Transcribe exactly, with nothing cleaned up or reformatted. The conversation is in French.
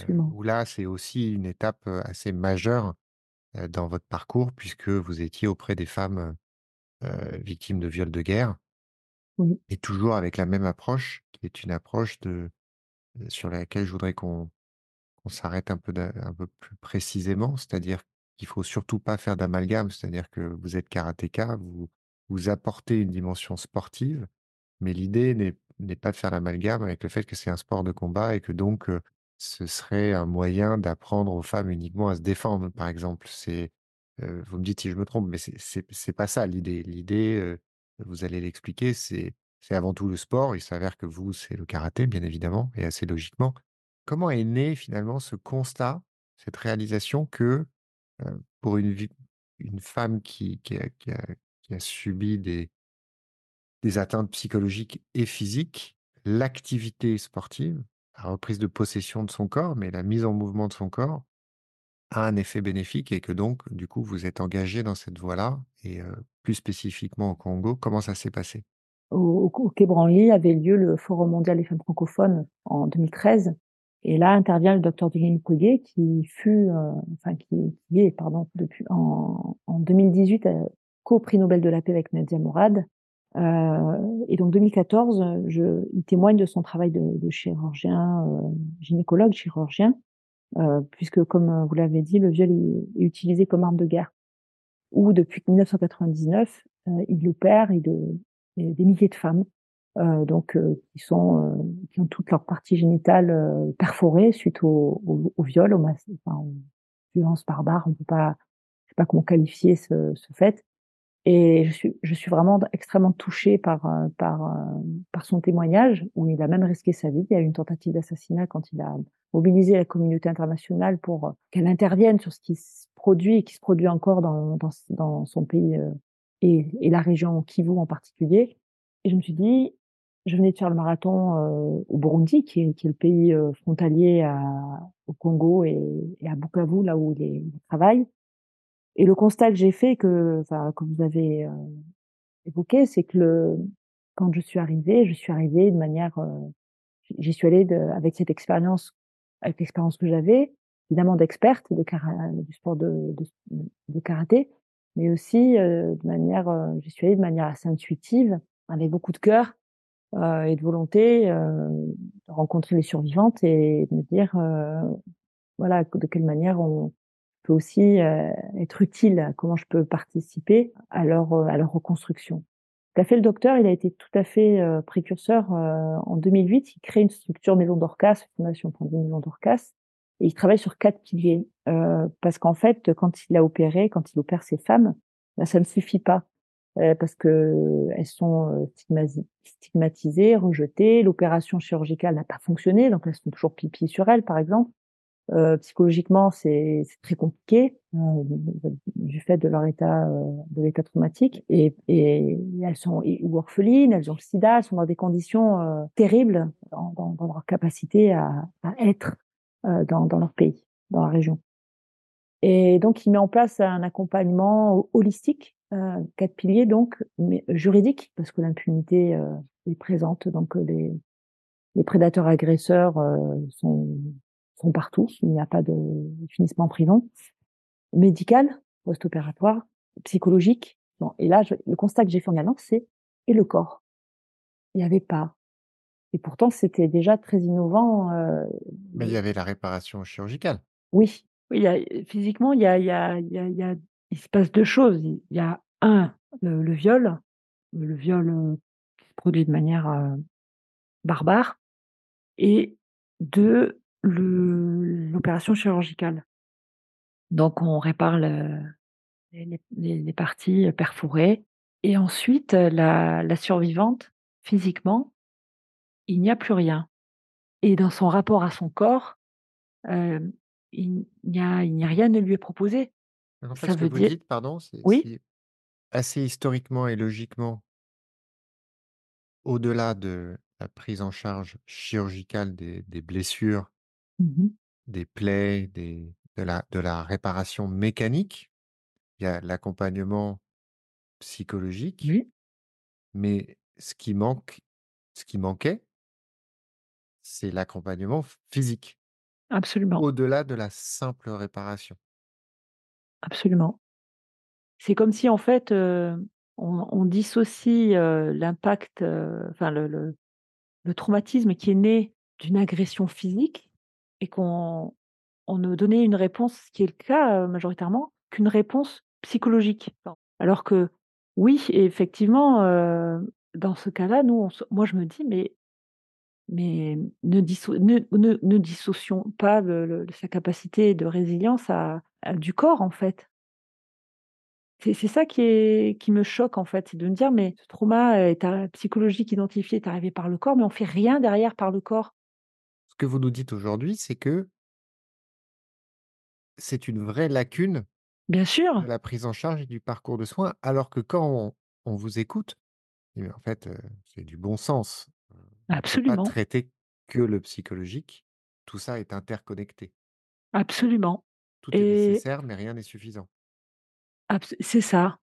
absolument. où là, c'est aussi une étape, heu, assez majeure, heu, dans votre parcours puisque vous étiez auprès des femmes, heu victimes de viols de guerre Oui. et toujours avec la même approche qui est une approche de heu, sur laquelle je voudrais qu'on qu'on s'arrête un peu da un peu plus précisément. C'est-à-dire qu'il faut surtout pas faire d'amalgame. C'est-à-dire que vous êtes karatéka, vous vous apportez une dimension sportive, mais l'idée n'est n'est pas de faire l'amalgame avec le fait que c'est un sport de combat et que donc heu, ce serait un moyen d'apprendre aux femmes uniquement à se défendre, par exemple. C'est, heu, vous me dites si je me trompe, mais c'est c'est c'est pas ça l'idée. L'idée, heu, vous allez l'expliquer, c'est c'est avant tout le sport. Il s'avère que vous, c'est le karaté, bien évidemment et assez logiquement. Comment est né finalement ce constat, cette réalisation que, heu, pour une vic une femme qui qui a qui a qui a subi des des atteintes psychologiques et physiques, l'activité sportive, la reprise de possession de son corps, mais la mise en mouvement de son corps, a un effet bénéfique et que donc, du coup, vous êtes engagé dans cette voie-là et heu, plus spécifiquement au Congo, comment ça s'est passé? Au au Qu au Quai Branly avait lieu le Forum mondial des femmes francophones en deux mille treize et là intervient le docteur Denis Mukwege qui fut, heu, enfin qui qui est pardon depuis en en deux mille dix-huit, heu, co-prix Nobel de la paix avec Nadia Morad. Heu et donc deux mille quatorze, heu, je il témoigne de son travail de de chirurgien, heu, gynécologue chirurgien, heu, puisque comme, heu, vous l'avez dit, le viol est est utilisé comme arme de guerre. Où depuis mille neuf cent quatre-vingt-dix-neuf, heu, il opère et de des des milliers de femmes, heu, donc heu, qui sont, heu, qui ont toutes leurs parties génitales, heu, perforées suite au au au viol, au mass enfin aux violences barbares. On peut pas je sais pas comment qualifier ce ce fait et je suis je suis vraiment d extrêmement touchée par, heu, par, heu, par son témoignage où il a même risqué sa vie. Il y a eu une tentative d'assassinat quand il a mobilisé la communauté internationale pour, heu, qu'elle intervienne sur ce qui se produit et qui se produit encore dans dans s dans son pays, heu et et la région Kivu en particulier et je me suis dit je venais de faire le marathon, heu, au Burundi qui est qui est le pays, heu, frontalier à au Congo et et à Bukavu, là où il est il travaille et le constat que j'ai fait que enfin, que vous avez, heu, évoqué, c'est que le quand je suis arrivée, je suis arrivée de manière, heu, j'y j'y suis allée de avec cette expérience avec l'expérience que j'avais, évidemment d'experte de kara du sport de de s de de karaté, mais aussi, heu, de manière, heu, j'y suis allée de manière assez intuitive, avec beaucoup de cœur, heu et de volonté, heu, de rencontrer les survivantes et de me dire, heu, voilà, que de quelle manière on peut aussi, heu, être utile, comment je peux participer à leur, heu, à leur reconstruction. Qu'a fait le docteur, il a été tout à fait, heu, précurseur, heu, en deux mille huit, il crée une structure Maison Dorcas, Fondation pour une Maison Dorcas et il travaille sur quatre piliers, heu, parce qu'en fait, quand il a opéré, quand il opère ces femmes, bah, ça ne suffit pas, heu, parce qu'elles sont, heu, stigmasi stigmatisées, rejetées. L'opération chirurgicale n'a pas fonctionné, donc elles sont toujours pipi sur elles, par exemple. Heu, psychologiquement, c'est c'est très compliqué, heu, du fait de leur état, heu, de l'état traumatique et et elles sont et ou orphelines, elles ont le sida, elles sont dans des conditions, heu, terribles dans dans dans leur capacité à à être, heu, dans dans leur pays, dans la région et donc il met en place un accompagnement ho holistique, heu, quatre piliers donc, mais juridique parce que l'impunité, heu, est présente donc, heu, les les prédateurs agresseurs, heu, sont sont partout. Il n'y a pas de ils finissent pas en prison. Médical, post-opératoire, psychologique. Bon et là je le constat que j'ai fait en y allant, c'est: «Et le corps?» Il y avait pas et pourtant c'était déjà très innovant, heu, Mais il y le avait la réparation chirurgicale? Oui, oui, il y a physiquement, il y a il y a il y a il y a il se passe deux choses. Il y a un, le le viol, le viol, heu, qui se produit de manière, heu, barbare et deux, le l'opération chirurgicale. Donc on répare le les les les les parties, heu, perforées et ensuite, heu, la la survivante, physiquement, il n'y a plus rien et dans son rapport à son corps, hem, il n'y a il n'y a rien ne lui est proposé. Donc en fait, Ça ce que veut vous dire dites, pardon, c'est oui? c'est assez historiquement et logiquement au-delà de la prise en charge chirurgicale des des blessures Mmh mh. des plaies, des de la de la réparation mécanique, il y a l'accompagnement psychologique Oui. mais ce qui manque ce qui manquait c'est l'accompagnement ph physique. Absolument. Au-delà de la simple réparation. Absolument. C'est comme si en fait, heu, on on dissocie, heu, l'impact, heu, enfin le le le traumatisme qui est né d'une agression physique et qu'on on ne donnait une réponse, ce qui est le cas, heu, majoritairement, qu'une réponse psychologique. Alors que oui, effectivement, heu, dans ce cas-là, nous on se moi je me dis: «Mais mais ne disso ne ne ne dissocions pas le le sa capacité de résilience à à du corps, en fait». C'est c'est ça qui est qui me choque, en fait, c'est de me dire: «Mais ce trauma est a psychologique identifié est arrivé par le corps, mais on fait rien derrière par le corps». Ce que vous nous dites aujourd'hui, c'est que c'est une vraie lacune Bien de sûr! la prise en charge et du parcours de soins, alors que quand on on vous écoute, et en fait, heu, c'est du bon sens. Heu, on peut pas Absolument. traiter que le psychologique, tout ça est interconnecté. Absolument Tout est et nécessaire, mais rien n'est suffisant. abs c'est ça.